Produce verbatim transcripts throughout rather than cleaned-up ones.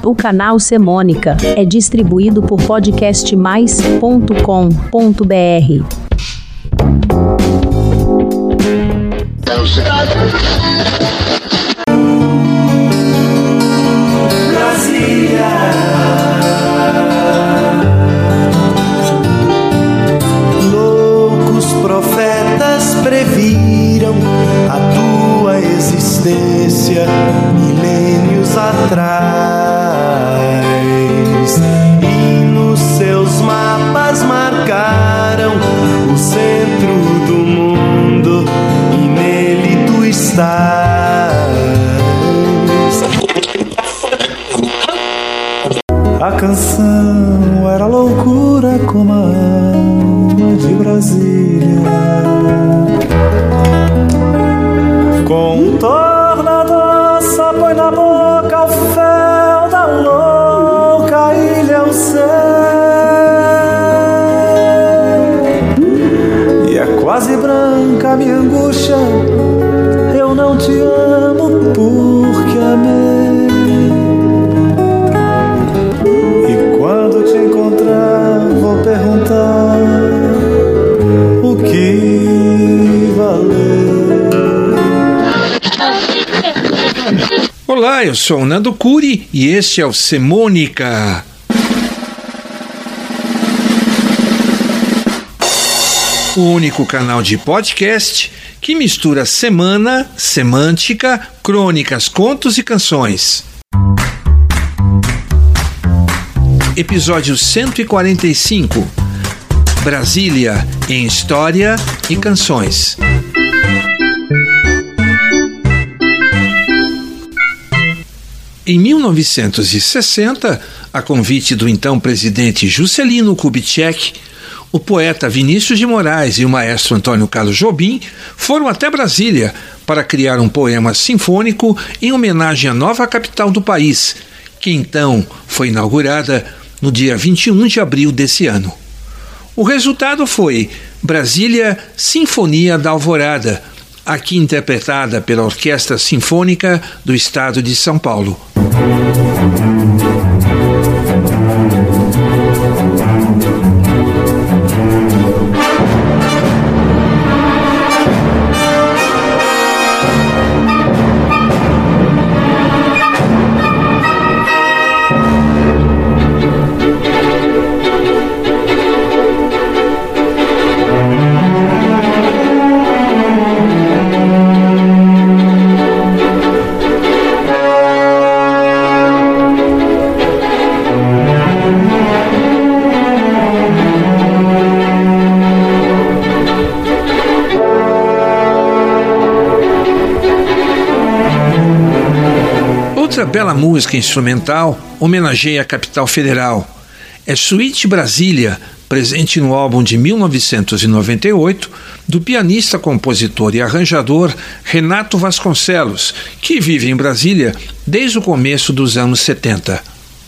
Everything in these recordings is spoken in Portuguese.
O canal Semônica é distribuído por podcast mais ponto com ponto b r. Loucos profetas previram a tua existência milênios atrás, e nos seus mapas marcaram o centro do mundo, e nele tu estás. A canção era loucura como a alma de Brasília, com um tornador só põe na boca o fel da louca ilha eu sei. E é quase branca a minha angústia, eu não te amo porque amei. E quando te encontrar vou perguntar o que valeu. Olá, eu sou o Nando Curi e este é o Semônica. O único canal de podcast que mistura semana, semântica, crônicas, contos e canções. Episódio cento e quarenta e cinco. Brasília em História e Canções. Em mil novecentos e sessenta, a convite do então presidente Juscelino Kubitschek, o poeta Vinícius de Moraes e o maestro Antônio Carlos Jobim foram até Brasília para criar um poema sinfônico em homenagem à nova capital do país, que então foi inaugurada no dia vinte e um de abril desse ano. O resultado foi Brasília Sinfonia da Alvorada, aqui interpretada pela Orquestra Sinfônica do Estado de São Paulo. Outra bela música instrumental homenageia a capital federal. É Suíte Brasília, presente no álbum de mil novecentos e noventa e oito, do pianista, compositor e arranjador Renato Vasconcelos, que vive em Brasília desde o começo dos anos setenta.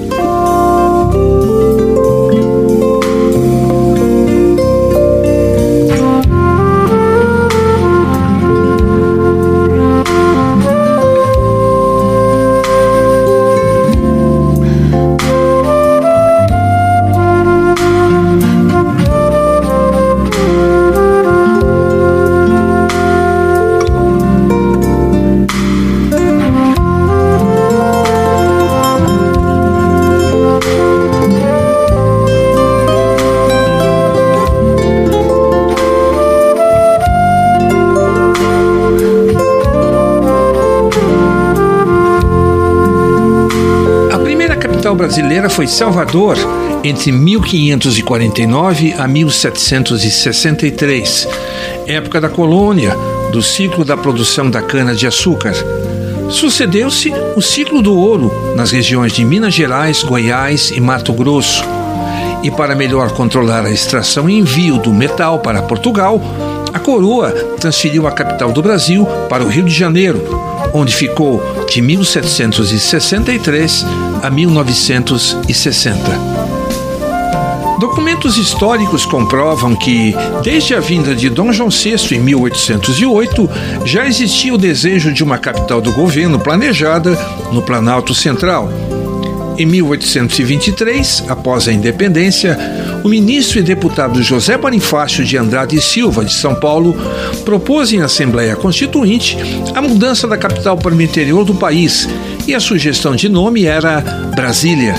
A capital brasileira foi Salvador entre mil quinhentos e quarenta e nove a mil setecentos e sessenta e três, época da colônia, do ciclo da produção da cana-de-açúcar. Sucedeu-se o ciclo do ouro nas regiões de Minas Gerais, Goiás e Mato Grosso. E para melhor controlar a extração e envio do metal para Portugal, a coroa transferiu a capital do Brasil para o Rio de Janeiro, onde ficou de mil setecentos e sessenta e três a mil novecentos e sessenta. Documentos históricos comprovam que, desde a vinda de Dom João sexto em mil oitocentos e oito, já existia o desejo de uma capital do governo planejada no Planalto Central. Em mil oitocentos e vinte e três, após a independência, o ministro e deputado José Bonifácio de Andrade e Silva, de São Paulo, propôs em Assembleia Constituinte a mudança da capital para o interior do país, e a sugestão de nome era Brasília.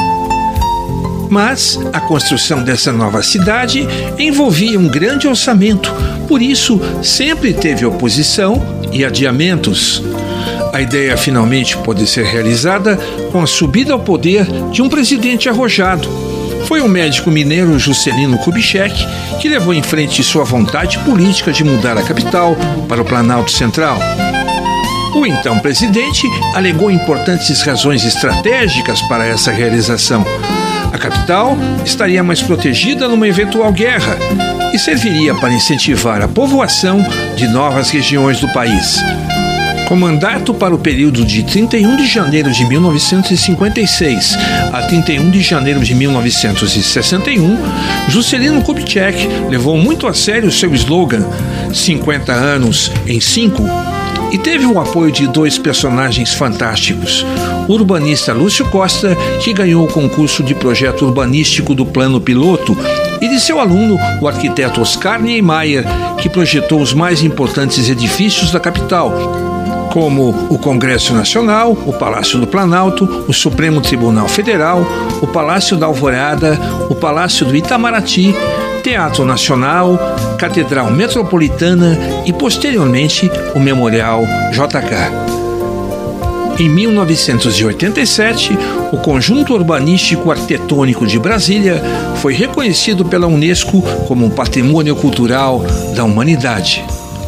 Mas a construção dessa nova cidade envolvia um grande orçamento, por isso sempre teve oposição e adiamentos. A ideia finalmente pôde ser realizada com a subida ao poder de um presidente arrojado. Foi o médico mineiro Juscelino Kubitschek que levou em frente sua vontade política de mudar a capital para o Planalto Central. O então presidente alegou importantes razões estratégicas para essa realização. A capital estaria mais protegida numa eventual guerra e serviria para incentivar a povoação de novas regiões do país. Com mandato para o período de trinta e um de janeiro de mil novecentos e cinquenta e seis a trinta e um de janeiro de mil novecentos e sessenta e um, Juscelino Kubitschek levou muito a sério seu slogan cinquenta anos em cinco e teve o apoio de dois personagens fantásticos: o urbanista Lúcio Costa, que ganhou o concurso de projeto urbanístico do Plano Piloto, e de seu aluno, o arquiteto Oscar Niemeyer, que projetou os mais importantes edifícios da capital, como o Congresso Nacional, o Palácio do Planalto, o Supremo Tribunal Federal, o Palácio da Alvorada, o Palácio do Itamaraty, Teatro Nacional, Catedral Metropolitana e, posteriormente, o Memorial J K. Em mil novecentos e oitenta e sete, o Conjunto Urbanístico Arquitetônico de Brasília foi reconhecido pela Unesco como um Patrimônio Cultural da Humanidade.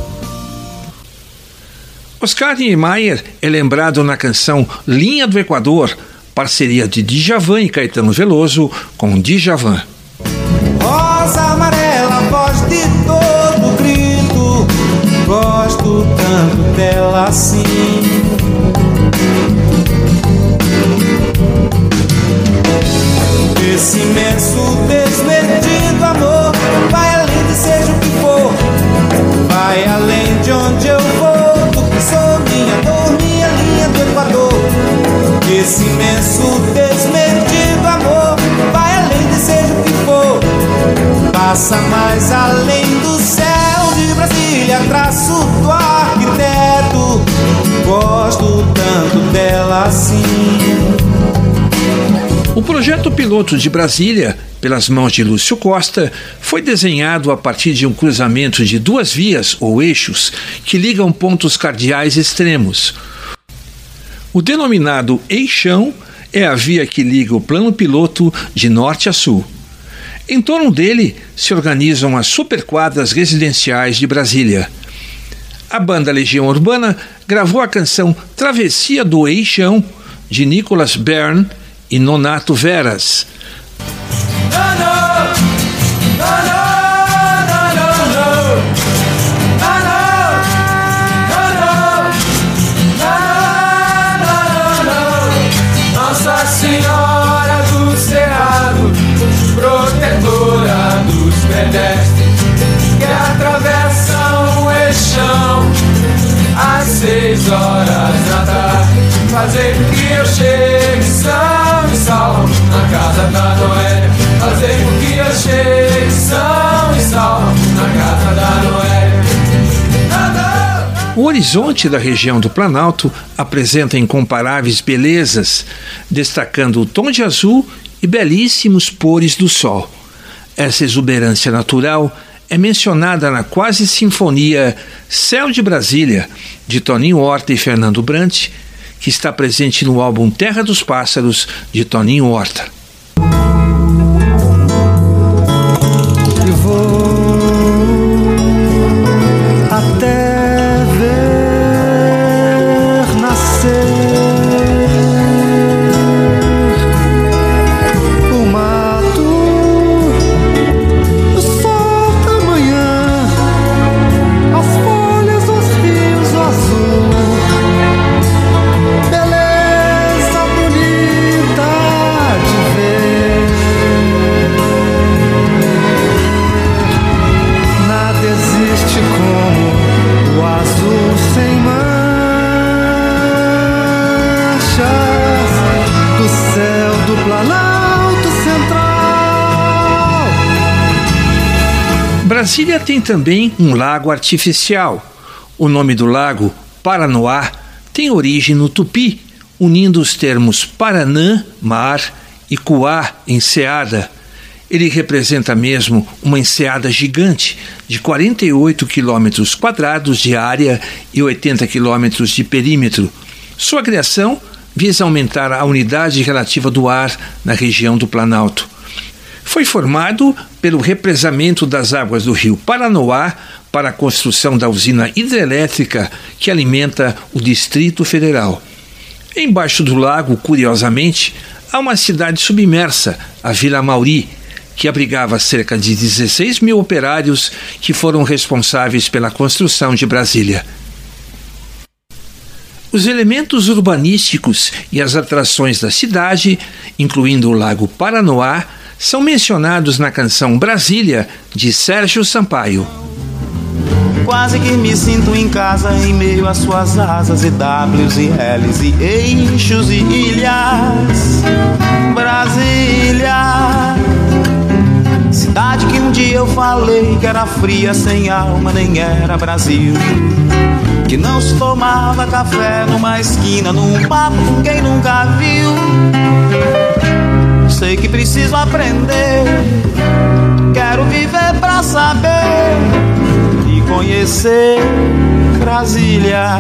Oscar Niemeyer é lembrado na canção Linha do Equador, parceria de Djavan e Caetano Veloso com Djavan. Rosa amarela, voz de todo grito, gosto tanto dela assim. Esse imenso desmedido amor vai além de seja o que for, vai além de onde eu vou. Sou minha dor, minha linha do Equador. Esse imenso desmedido amor vai além de seja o que for, passa mais além do céu de Brasília, traço do arquiteto, gosto tanto dela assim. O projeto piloto de Brasília, pelas mãos de Lúcio Costa, foi desenhado a partir de um cruzamento de duas vias ou eixos que ligam pontos cardeais extremos. O denominado eixão é a via que liga o plano piloto de norte a sul. Em torno dele se organizam as superquadras residenciais de Brasília. A banda Legião Urbana gravou a canção Travessia do Eixão, de Nicholas Byrne e Nonato Veras. Nossa Senhora do Cerrado, protetora dos pedestres que atravessam o eixão às seis horas da tarde, fazer com que eu chegue são e salvo na casa da Noélia, fazer com que eu chegue são e salvo na casa da Noélia. O horizonte da região do Planalto apresenta incomparáveis belezas, destacando o tom de azul e belíssimos pôres do sol. Essa exuberância natural é mencionada na quase sinfonia Céu de Brasília, de Toninho Horta e Fernando Brant, que está presente no álbum Terra dos Pássaros, de Toninho Horta. E vou até ver nascer o mato, o sol da manhã, as folhas, os rios, o azul. Beleza bonita de ver. Brasília tem também um lago artificial. O nome do lago, Paranoá, tem origem no tupi, unindo os termos Paranã, mar, e Cuá, enseada. Ele representa mesmo uma enseada gigante de quarenta e oito quilômetros quadrados de área e oitenta quilômetros de perímetro. Sua criação visa aumentar a unidade relativa do ar na região do Planalto. Foi formado pelo represamento das águas do rio Paranoá para a construção da usina hidrelétrica que alimenta o Distrito Federal. Embaixo do lago, curiosamente, há uma cidade submersa, a Vila Mauri, que abrigava cerca de dezesseis mil operários que foram responsáveis pela construção de Brasília. Os elementos urbanísticos e as atrações da cidade, incluindo o Lago Paranoá, são mencionados na canção Brasília, de Sérgio Sampaio. Quase que me sinto em casa em meio às suas asas e W's e L's e eixos e ilhas. Brasília, cidade que um dia eu falei que era fria, sem alma, nem era Brasil. Que não se tomava café numa esquina, num papo com quem nunca viu. Sei que preciso aprender, quero viver pra saber e conhecer Brasília.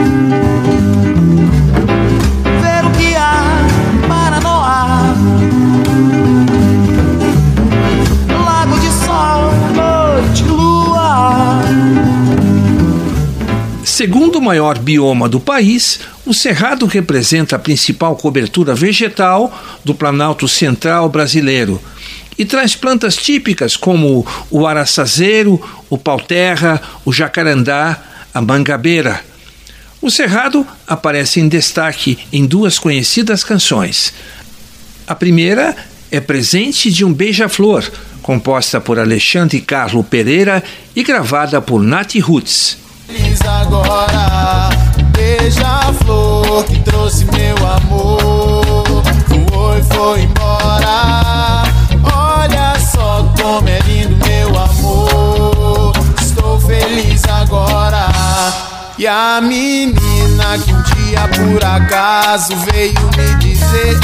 Ver o que há Paranoá, lago de sol, noite, lua. Segundo o maior bioma do país, o Cerrado representa a principal cobertura vegetal do Planalto Central brasileiro e traz plantas típicas como o araçazeiro, o pau-terra, o jacarandá, a mangabeira. O Cerrado aparece em destaque em duas conhecidas canções. A primeira é Presente de um Beija-Flor, composta por Alexandre Carlo Pereira e gravada por Nath Roots. Feliz agora, beija-flor que trouxe meu amor, foi, foi embora. Olha só como é lindo meu amor, estou feliz agora. E a menina que um dia por acaso veio me dizer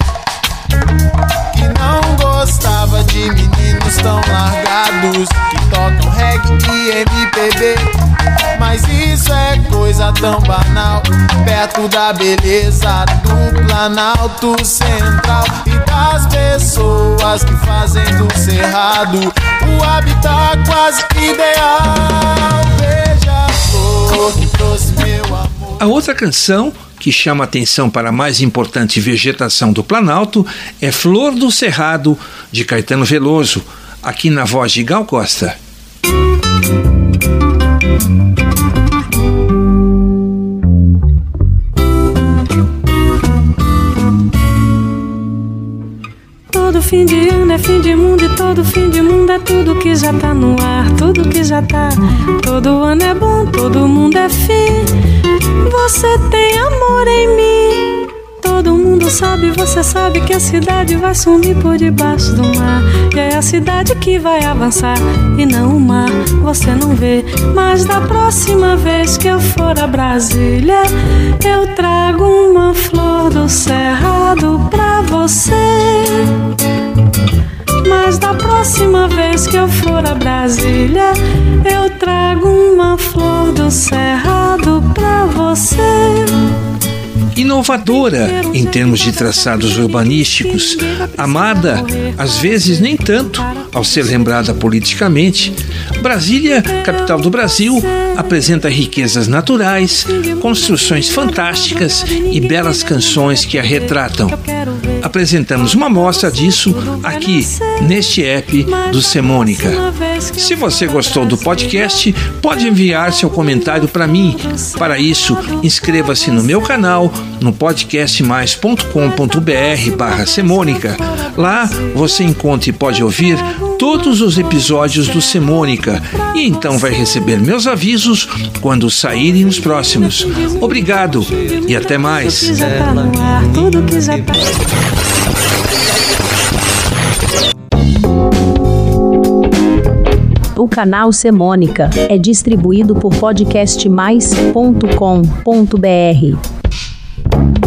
que não gostava de meninos tão largados que tocam reggae e M P B. Mas isso é coisa tão banal perto da beleza do Planalto Central e das pessoas que fazem do Cerrado o habitat quase ideal. Beija-flor que trouxe meu amor. A outra canção que chama atenção para a mais importante vegetação do Planalto é Flor do Cerrado, de Caetano Veloso, aqui na voz de Gal Costa. Todo fim de ano é fim de mundo e todo fim de mundo é tudo que já tá no ar, tudo que já tá. Todo ano é bom, todo mundo é fim. Você tem amor em mim. Todo mundo sabe, você sabe que a cidade vai sumir por debaixo do mar. E é a cidade que vai avançar e não o mar, você não vê. Mas da próxima vez que eu for a Brasília, eu trago uma flor do Cerrado pra você. Mas da próxima vez que eu for a Brasília, eu trago uma flor do Cerrado pra você. Inovadora em termos de traçados urbanísticos, amada, às vezes nem tanto, ao ser lembrada politicamente, Brasília, capital do Brasil, apresenta riquezas naturais, construções fantásticas e belas canções que a retratam. Apresentamos uma amostra disso aqui, neste app do Semônica. Se você gostou do podcast, pode enviar seu comentário para mim. Para isso, inscreva-se no meu canal no podcast mais ponto com ponto b r barra Semônica. Lá você encontra e pode ouvir todos os episódios do Semônica e então vai receber meus avisos quando saírem os próximos. Obrigado e até mais. O canal Semônica é distribuído por podcast mais ponto com ponto br.